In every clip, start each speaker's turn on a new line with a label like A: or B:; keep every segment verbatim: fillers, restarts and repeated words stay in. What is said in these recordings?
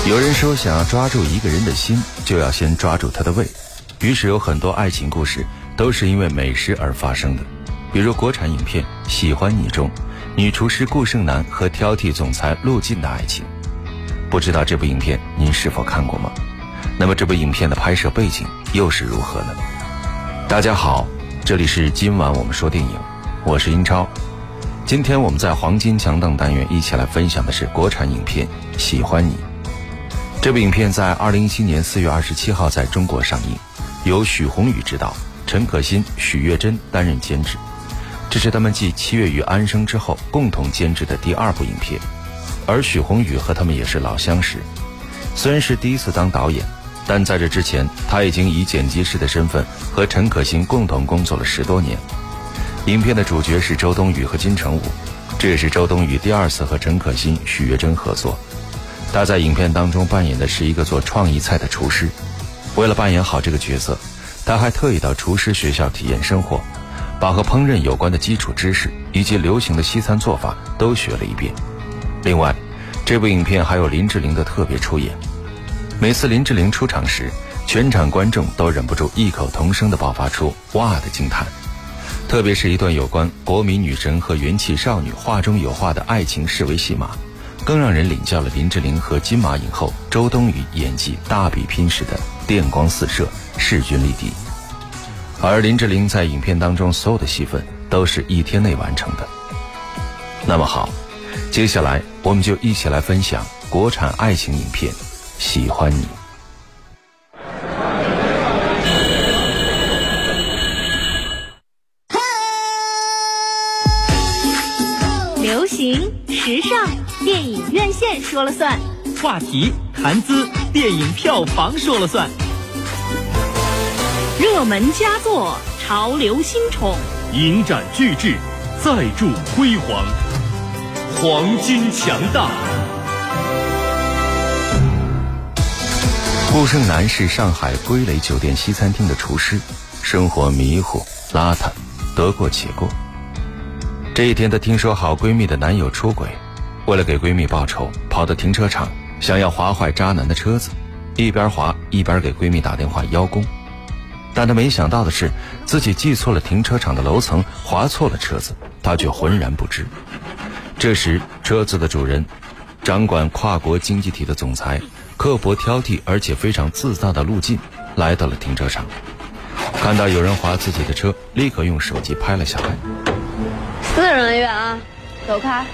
A: 有人说，想要抓住一个人的心，就要先抓住他的胃。于是有很多爱情故事都是因为美食而发生的，比如国产影片《喜欢你》中女厨师顾胜男和挑剔总裁陆晋的爱情。不知道这部影片您是否看过吗？那么这部影片的拍摄背景又是如何呢？大家好，这里是今晚我们说电影，我是英超。今天我们在黄金强档单元一起来分享的是国产影片《喜欢你》。这部影片在二零一七年四月二十七号在中国上映，由许宏宇执导，陈可辛、许月珍担任监制。这是他们继《七月与安生》之后共同监制的第二部影片，而许宏宇和他们也是老相识。虽然是第一次当导演，但在这之前他已经以剪辑师的身份和陈可辛共同工作了十多年。影片的主角是周冬雨和金城武，这也是周冬雨第二次和陈可辛、许月珍合作。他在影片当中扮演的是一个做创意菜的厨师，为了扮演好这个角色，他还特意到厨师学校体验生活，把和烹饪有关的基础知识以及流行的西餐做法都学了一遍。另外，这部影片还有林志玲的特别出演。每次林志玲出场时，全场观众都忍不住异口同声地爆发出哇的惊叹。特别是一段有关国民女神和元气少女话中有话的爱情示威戏码，更让人领教了林志玲和金马影后周冬雨演技大比拼时的电光四射、势均力敌。而林志玲在影片当中所有的戏份都是一天内完成的。那么好，接下来我们就一起来分享国产爱情影片《喜欢你》。
B: 流行、时尚，电影院线说了算；
C: 话题、谈资，电影票房说了算；
B: 热门佳作，潮流新宠，
C: 影展巨制，再铸辉煌，黄金强大。
A: 顾胜男是上海归雷酒店西餐厅的厨师，生活迷糊邋遢，得过且过。这一天，她听说好闺蜜的男友出轨，为了给闺蜜报仇，跑到停车场想要划坏渣男的车子，一边划一边给闺蜜打电话邀功。但她没想到的是，自己记错了停车场的楼层，划错了车子，她却浑然不知。这时，车子的主人，掌管跨国经济体的总裁，刻薄挑剔而且非常自大的陆晋来到了停车场，看到有人划自己的车，立刻用手机拍了下来。
D: 私人远啊，走开！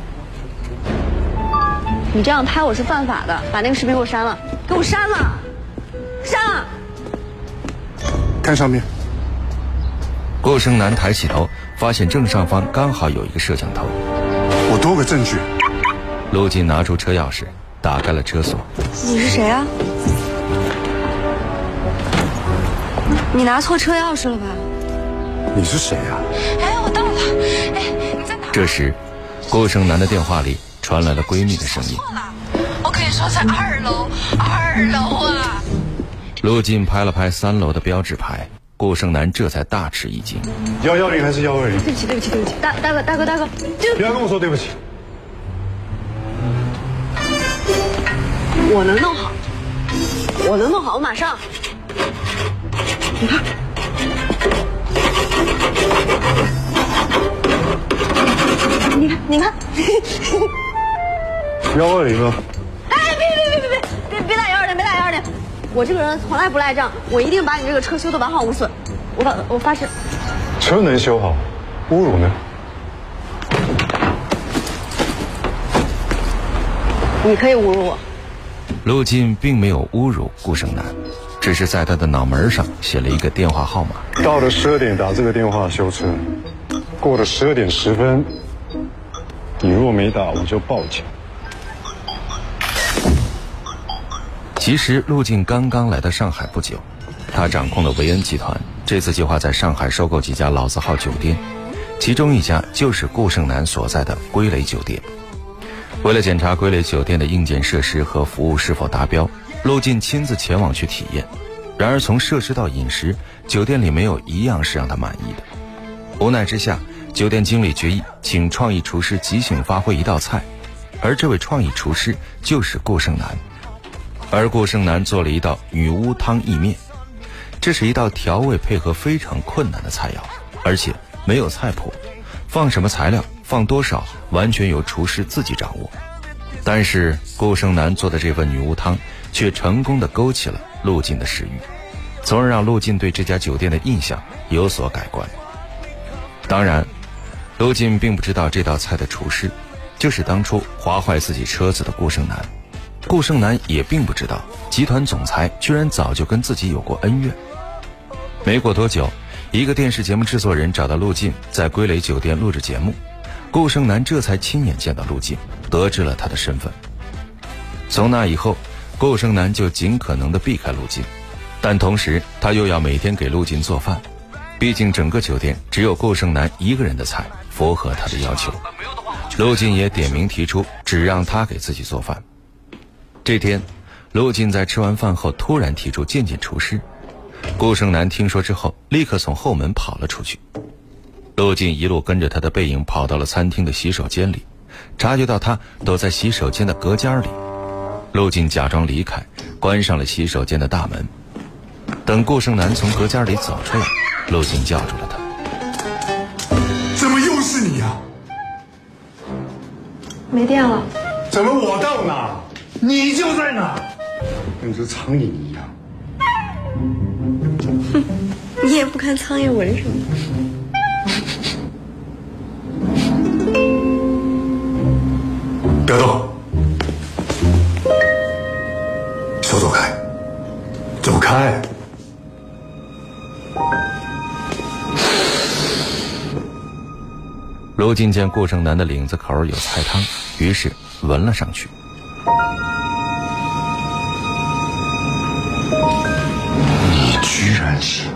D: 你这样拍我是犯法的，把那个视频给我删了，给我删了，删了！
E: 看上面。
A: 顾胜男抬起头，发现正上方刚好有一个摄像头。
E: 我多个证据。
A: 陆晋拿出车钥匙，打开了车锁。
D: 你是谁啊？你拿错车钥匙了吧？
E: 你是谁啊？
D: 哎，我到了。哎，你在哪？
A: 这时，顾胜男的电话里传来了闺蜜的声音。
D: 我跟你说，在二楼，二楼啊！
A: 陆晋拍了拍三楼的标志牌，顾胜男这才大吃一惊。
E: 幺幺零还是幺二零？
D: 对不起，对不起，对不起，大大哥，大哥，大哥，
E: 不要跟我说对不起。
D: 我能弄好，我能弄好，我马上。你看。你看，你看，
E: 幺二零啊！
D: 哎，别别别别别别别打幺二零，别打幺二零！我这个人从来不赖账，我一定把你这个车修得完好无损。我发我发誓。
E: 车能修好，侮辱呢？
D: 你可以侮辱我。
A: 陆晋并没有侮辱顾胜男，只是在他的脑门上写了一个电话号码。
E: 到了十二点打这个电话修车，过了十二点十分，你若没打，我就报警。
A: 其实陆晋刚刚来到上海不久，他掌控了维恩集团，这次计划在上海收购几家老字号酒店，其中一家就是顾胜男所在的归雷酒店。为了检查归雷酒店的硬件设施和服务是否达标，陆晋亲自前往去体验。然而从设施到饮食，酒店里没有一样是让他满意的。无奈之下，酒店经理决议请创意厨师即兴发挥一道菜，而这位创意厨师就是顾胜男。 而顾胜男做了一道女巫汤意面，这是一道调味配合非常困难的菜肴，而且没有菜谱，放什么材料放多少完全由厨师自己掌握。但是顾胜男做的这份女巫汤却成功地勾起了陆晋的食欲，从而让陆晋对这家酒店的印象有所改观。当然陆晋并不知道这道菜的厨师就是当初划坏自己车子的顾胜男，顾胜男也并不知道集团总裁居然早就跟自己有过恩怨。没过多久，一个电视节目制作人找到陆晋在归雷酒店录制节目，顾胜男这才亲眼见到陆晋，得知了他的身份。从那以后，顾胜男就尽可能地避开陆晋，但同时他又要每天给陆晋做饭，毕竟整个酒店只有顾胜男一个人的菜符合他的要求。陆晋也点名提出只让他给自己做饭。这天陆晋在吃完饭后突然提出见见厨师，顾胜男听说之后立刻从后门跑了出去。陆晋一路跟着他的背影跑到了餐厅的洗手间里，察觉到他躲在洗手间的隔间里。陆晋假装离开，关上了洗手间的大门。等顾胜男从隔间里走出来，陆晋叫住了他。
F: 怎么又是你啊？
D: 没电了。
F: 怎么我到哪你就在哪，跟只苍蝇一样。
D: 哼，你也不看苍蝇闻什么？
F: 不要动，手走开，走开。
A: 陆晋见顾胜男的领子口有菜汤，于是闻了上去。
F: 你居然是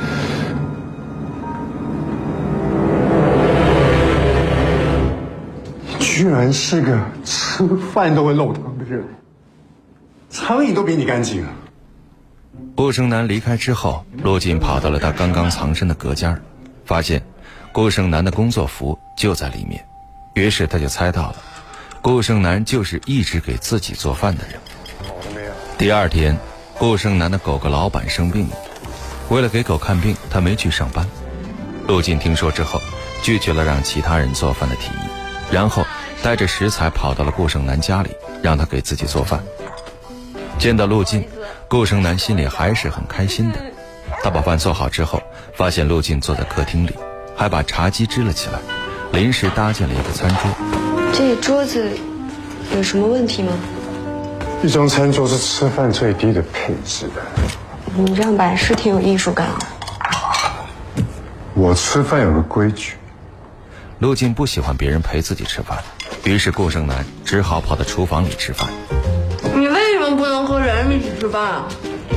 F: 你居然是个吃饭都会漏汤的人，苍蝇都比你干净啊！
A: 顾胜男离开之后，陆晋跑到了他刚刚藏身的隔间，发现顾胜男的工作服就在里面，于是他就猜到了顾胜男就是一直给自己做饭的人。第二天，顾胜男的狗狗老板生病了，为了给狗看病，他没去上班。陆晋听说之后，拒绝了让其他人做饭的提议，然后带着食材跑到了顾胜男家里，让他给自己做饭。见到陆晋，顾胜男心里还是很开心的。他把饭做好之后，发现陆晋坐在客厅里，还把茶几支了起来，临时搭建了一个餐桌。
D: 这桌子有什么问题吗？
E: 一张餐桌是吃饭最低的配置。
D: 你这样摆是挺有艺术感的。
E: 我吃饭有个规矩。
A: 陆晋不喜欢别人陪自己吃饭，于是顾胜男只好跑到厨房里吃饭。
D: 你为什么不能和人一起吃饭啊？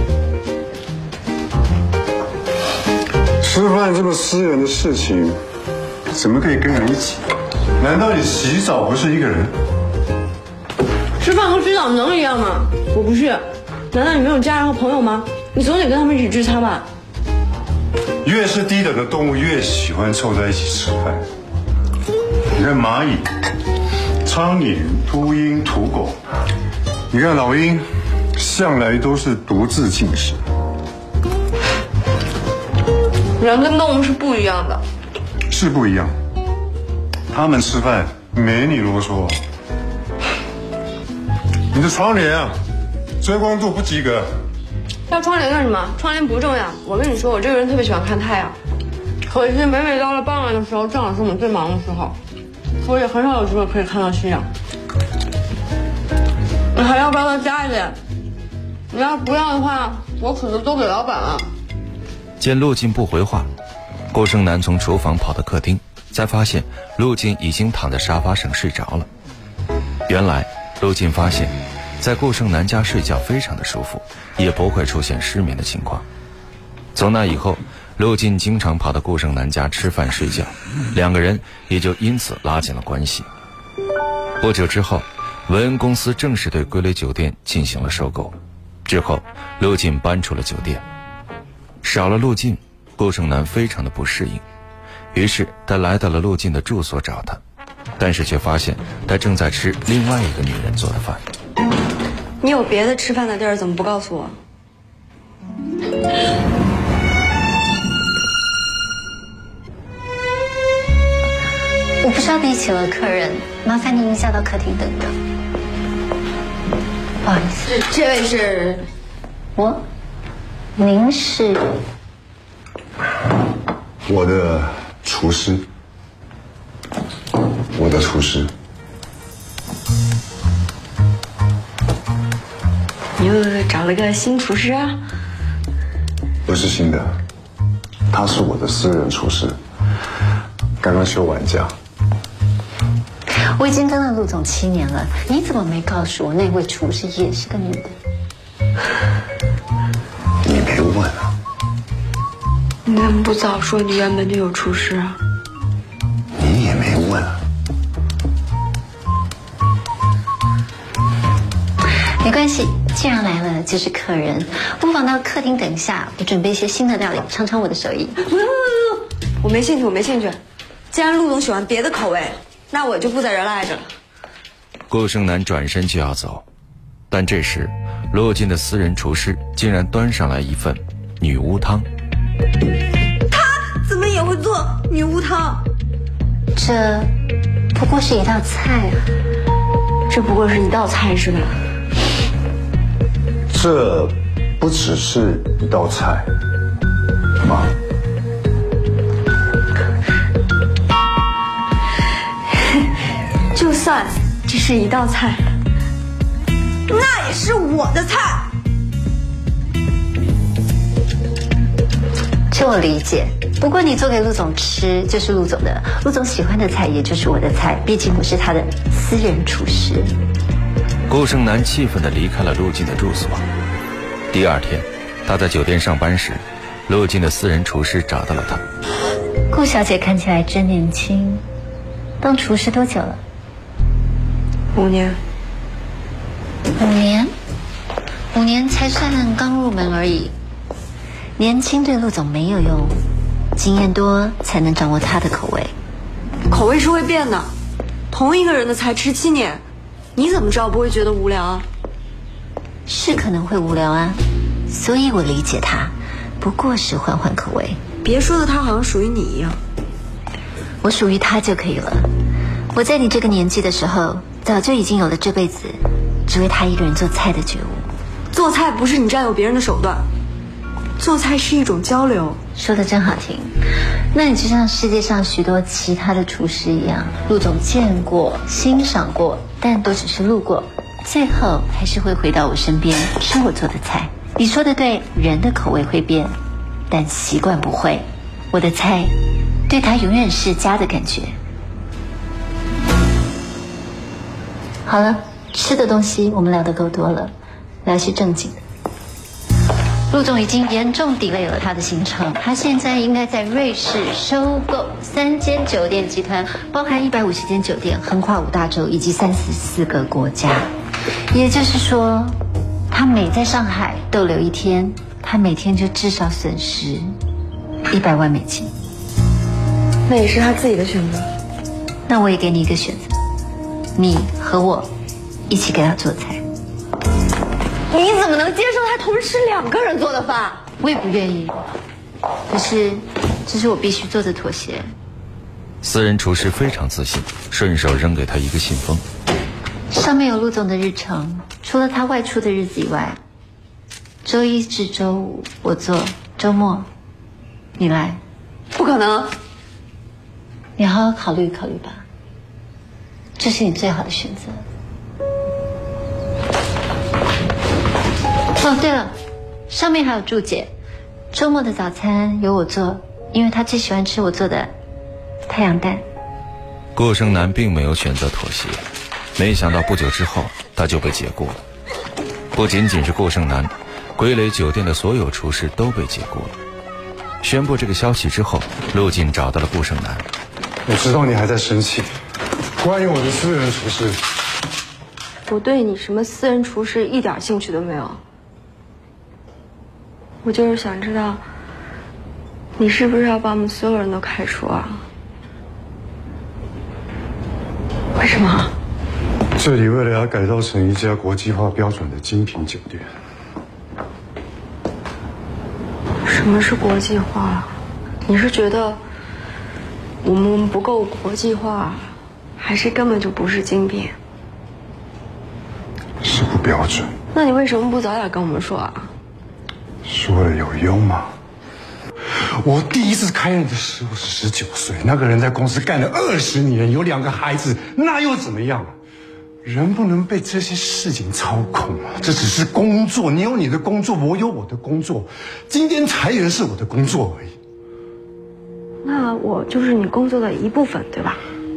E: 吃饭这么私人的事情，怎么可以跟人一起？难道你洗澡不是一个人？
D: 吃饭和洗澡能一样吗？我不是。难道你没有家人和朋友吗？你总得跟他们一起聚餐吧。
E: 越是低等的动物，越喜欢凑在一起吃饭。你看蚂蚁、苍蝇、秃鹰、土狗，你看老鹰，向来都是独自进食。
D: 人跟动物是不一样的。
E: 是不一样。他们吃饭没你啰嗦。你的窗帘啊，遮光度不及格。
D: 要窗帘干什么？窗帘不重要。我跟你说，我这个人特别喜欢看太阳，可惜每每到了傍晚的时候，正好是我们最忙的时候，所以很少有机会可以看到夕阳。你还要不要再加一点？你要不要的话，我可能都给老板了。
A: 见陆晋不回话，顾胜男从厨房跑到客厅，才发现陆晋已经躺在沙发上睡着了。原来陆晋发现在顾胜男家睡觉非常的舒服，也不会出现失眠的情况。从那以后，陆晋经常跑到顾胜男家吃饭睡觉，两个人也就因此拉近了关系。不久之后，文恩公司正式对归雷酒店进行了收购，之后陆晋搬出了酒店。少了陆晋，顾胜男非常的不适应，于是他来到了陆晋的住所找他，但是却发现他正在吃另外一个女人做的饭。
D: 你有别的吃饭的地儿，怎么不告诉我？
G: 我不知道你请了客人，麻烦您下到客厅等等。不好意思，
D: 这这位是
G: 我，您是
E: 我的厨师，我的厨师。
D: 你又找了个新厨师啊？
E: 不是新的，他是我的私人厨师，刚刚休完假。
G: 我已经跟了陆总七年了，你怎么没告诉我那位厨师也是个女的？
E: 你没问啊？
D: 你怎么不早说你原本就有厨师啊？
E: 你也没问啊？
G: 没关系，既然来了就是客人，不妨到客厅等一下，我准备一些新的料理，尝尝我的手艺。
D: 不不不不，我没兴趣，我没兴趣。既然陆总喜欢别的口味，那我就不在这儿赖着了。
A: 顾胜男转身就要走，但这时陆晋的私人厨师竟然端上来一份女巫汤。
D: 他怎么也会做女巫汤？
G: 这不过是一道菜啊！
D: 这不过是一道菜是吧？
E: 这不只是一道菜，妈。
D: 就算这是一道菜，那也是我的菜。
G: 这我理解，不过你做给陆总吃就是陆总的，陆总喜欢的菜也就是我的菜，毕竟我是他的私人厨师。
A: 顾胜男气愤地离开了陆晋的住所。第二天，他在酒店上班时，陆晋的私人厨师找到了他。
G: 顾小姐看起来真年轻，当厨师多久了？
D: 五年。
G: 五年？五年才算刚入门而已。年轻对陆总没有用，经验多才能掌握他的口味。
D: 口味是会变的，同一个人的菜吃七年，你怎么知道不会觉得无聊啊？
G: 是可能会无聊啊，所以我理解他，不过是换换口味。
D: 别说的他好像属于你一样。
G: 我属于他就可以了。我在你这个年纪的时候，早就已经有了这辈子只为他一个人做菜的觉悟。
D: 做菜不是你占有别人的手段，做菜是一种交流。
G: 说的真好听。那你就像世界上许多其他的厨师一样，陆总见过欣赏过，但都只是路过，最后还是会回到我身边吃我做的菜。你说的对，人的口味会变，但习惯不会。我的菜对他永远是家的感觉。好了，吃的东西我们聊得够多了，聊些正经的。陆总已经严重 delay 了他的行程，他现在应该在瑞士收购三间酒店集团，包含一百五十间酒店，横跨五大洲以及三十四个国家。也就是说，他每在上海逗留一天，他每天就至少损失一百万美金。
D: 那也是他自己的选择。
G: 那我也给你一个选择，你和我一起给他做菜。
D: 你怎么能接受他同时吃两个人做的饭？
G: 我也不愿意，可是这是我必须做的妥协。
A: 私人厨师非常自信，顺手扔给他一个信封，
G: 上面有陆总的日程，除了他外出的日子以外，周一至周五我做，周末你来。
D: 不可能。
G: 你好好考虑考虑吧，这是你最好的选择。哦，对了，上面还有注解，周末的早餐由我做，因为他最喜欢吃我做的太阳蛋。
A: 顾胜男并没有选择妥协，没想到不久之后他就被解雇了。不仅仅是顾胜男，傀儡酒店的所有厨师都被解雇了。宣布这个消息之后，陆晋找到了顾胜男。
F: 我知道你还在生气，关于我的私人厨师，
D: 我对你什么私人厨师一点兴趣都没有。我就是想知道，你是不是要把我们所有人都开除啊？为什么？
F: 这里为了要改造成一家国际化标准的精品酒店。
D: 什么是国际化？你是觉得我们不够国际化，还是根本就不是精品？
F: 是不标准。
D: 那你为什么不早点跟我们说啊？
F: 说了有用吗？我第一次开任的时候是十九岁，那个人在公司干了二十年，有两个孩子，那又怎么样？人不能被这些事情操控啊！这只是工作，你有你的工作，我有我的工作。今天裁员是我的工作而已。
D: 那我就是你工作的一部分，对吧？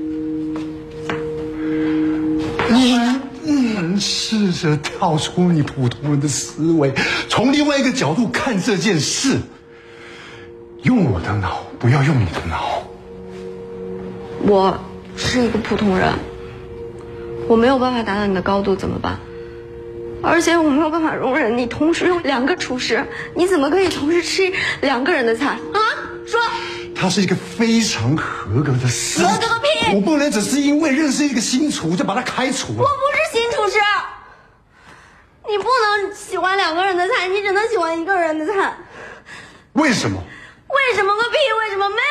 F: 你能试着跳出你普通人的思维，从另外一个角度看这件事。用我的脑，不要用你的脑。
D: 我是一个普通人，我没有办法达到你的高度，怎么办？而且我没有办法容忍你同时用两个厨师，你怎么可以同时吃两个人的菜啊？说。
F: 他是一个非常合格的司。
D: 合格个屁！
F: 我不能只是因为认识一个新厨就把他开除了。
D: 我不是新厨师，你不能喜欢两个人的菜，你只能喜欢一个人的菜。
F: 为什么？
D: 为什么个屁？为什么？没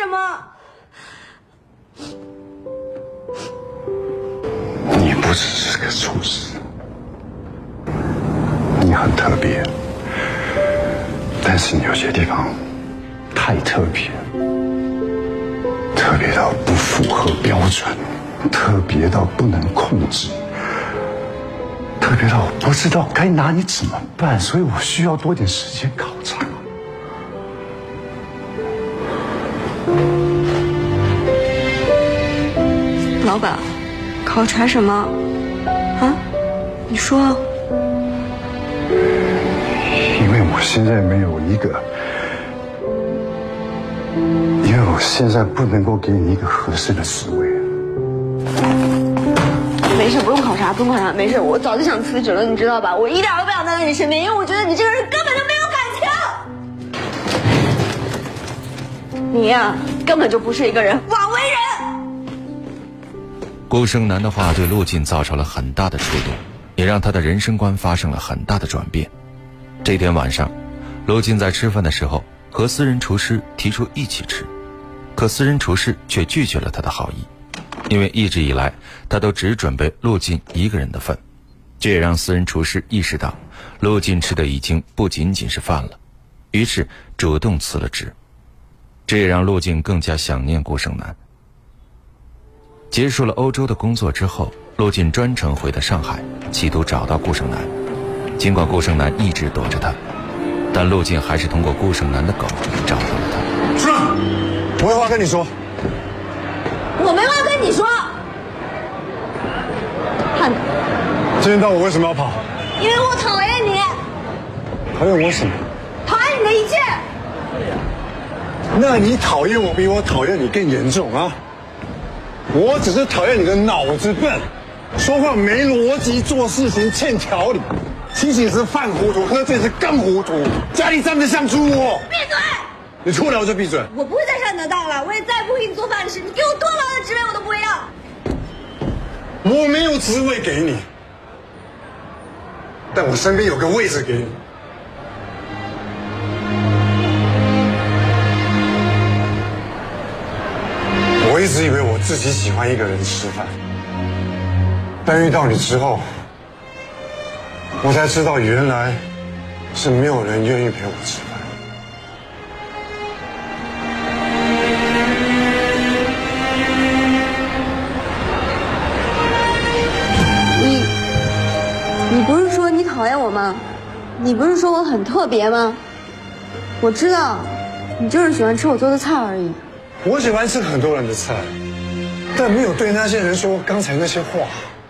D: 有为什么。
F: 你不只是个厨师，你很特别，但是你有些地方太特别，特别到不符合标准，特别到不能控制，特别到我不知道该拿你怎么办，所以我需要多点时间考察。
D: 老板，考察什么？啊？你说。
F: 因为我现在没有一个，因为我现在不能够给你一个合适的职位。
D: 没事，不用考察，不用考察，没事。我早就想辞职了，你知道吧？我一点都不想待在你身边，因为我觉得你这个人根本就没有感情。你呀、啊，根本就不是一个人，枉为人。
A: 顾胜男的话对陆晋造成了很大的触动，也让他的人生观发生了很大的转变。这天晚上，陆晋在吃饭的时候和私人厨师提出一起吃，可私人厨师却拒绝了他的好意，因为一直以来他都只准备陆晋一个人的份，这也让私人厨师意识到陆晋吃的已经不仅仅是饭了，于是主动辞了职。这也让陆晋更加想念顾胜男。结束了欧洲的工作之后，陆晋专程回的上海，企图找到顾胜男。尽管顾胜男一直躲着他，但陆晋还是通过顾胜男的狗找到了他。
F: 是，我有话跟你说。
D: 我没话跟你说。汉，
F: 今天到我为什么要跑？
D: 因为我讨厌你。
F: 讨厌我什么？
D: 讨厌你的一切。
F: 那你讨厌我比我讨厌你更严重啊！我只是讨厌你的脑子笨，说话没逻辑，做事情欠条理，清醒时犯糊涂，喝醉时更糊涂，家里站得像猪窝。
D: 闭嘴！
F: 你错了我就闭嘴。
D: 我不会再上你的当了，我也再不给你做饭吃，你给我多高的职位我都不会要。
F: 我没有职位给你，但我身边有个位置给你。我一直以为我自己喜欢一个人吃饭，但遇到你之后，我才知道原来是没有人愿意陪我吃饭。
D: 你，你不是说你讨厌我吗？你不是说我很特别吗？我知道，你就是喜欢吃我做的菜而已。
F: 我喜欢吃很多人的菜，但没有对那些人说刚才那些话。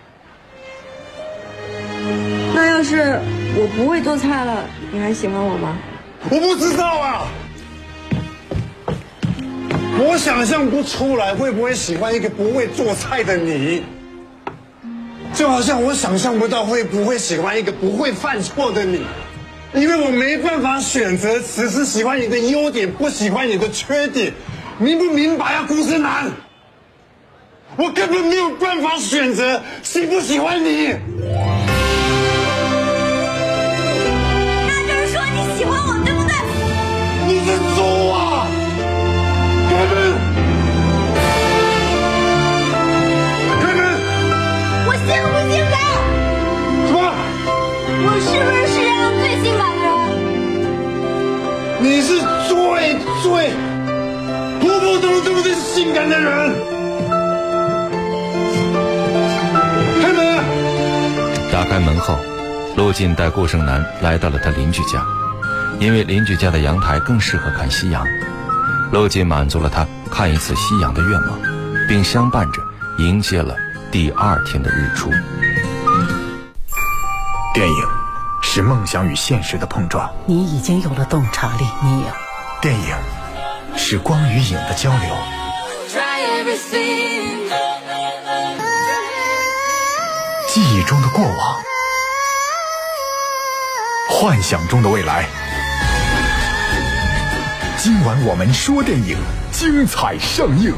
D: 那要是我不会做菜了，你还喜欢我吗？
F: 我不知道啊，我想象不出来会不会喜欢一个不会做菜的你，就好像我想象不到会不会喜欢一个不会犯错的你，因为我没办法选择，只是喜欢你的优点，不喜欢你的缺点。明不明白啊，顾胜男？ 我根本没有办法选择喜不喜欢你。
B: 那就是说你喜欢我，对不对？
F: 你是猪啊！开门！开门！
B: 我性不性感？
F: 什么？
B: 我是不是世界上最性感的人？
F: 你是最最普普通通的性感的人。开门！
A: 打开门后，陆晋带顾胜男来到了他邻居家，因为邻居家的阳台更适合看夕阳。陆晋满足了他看一次夕阳的愿望，并相伴着迎接了第二天的日出。
H: 电影是梦想与现实的碰撞，
I: 你已经有了洞察力，你有。
H: 电影是光与影的交流，记忆中的过往，幻想中的未来。今晚我们说电影，精彩上映。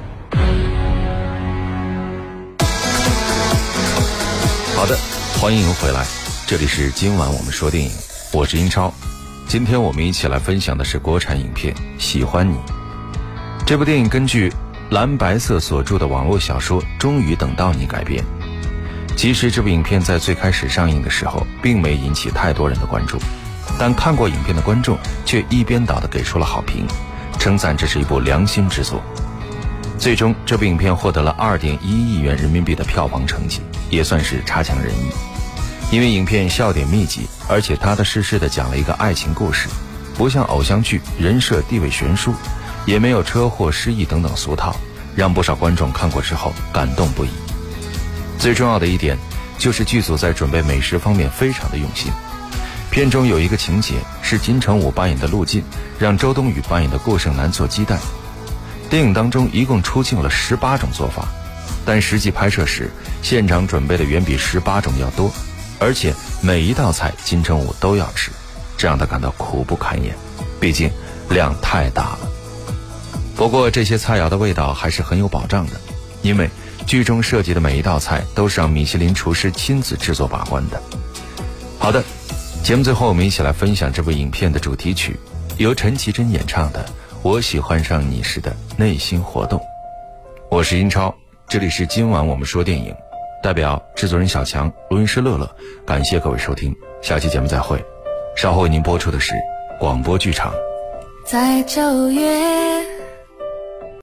A: 好的，欢迎回来，这里是今晚我们说电影，我是英超。今天我们一起来分享的是国产影片《喜欢你》。这部电影根据蓝白色所著的网络小说《终于等到你》改编。其实这部影片在最开始上映的时候并没引起太多人的关注，但看过影片的观众却一边倒地给出了好评，称赞这是一部良心之作。最终这部影片获得了 二点一亿元人民币的票房成绩，也算是差强人意。因为影片笑点密集，而且踏踏实实地讲了一个爱情故事，不像偶像剧人设地位悬殊，也没有车祸失忆等等俗套，让不少观众看过之后感动不已。最重要的一点就是剧组在准备美食方面非常的用心。片中有一个情节是金城武扮演的陆晋让周冬雨扮演的顾胜男做鸡蛋，电影当中一共出镜了十八种做法，但实际拍摄时现场准备的远比十八种要多，而且每一道菜金城武都要吃，这让他感到苦不堪言，毕竟量太大了。不过这些菜肴的味道还是很有保障的，因为剧中涉及的每一道菜都是让米其林厨师亲自制作把关的。好的，节目最后我们一起来分享这部影片的主题曲，由陈绮贞演唱的《我喜欢上你时的内心活动》。我是英超，这里是今晚我们说电影，代表制作人小强，录音师乐乐，感谢各位收听，下期节目再会。稍后为您播出的是广播剧场。
J: 在九月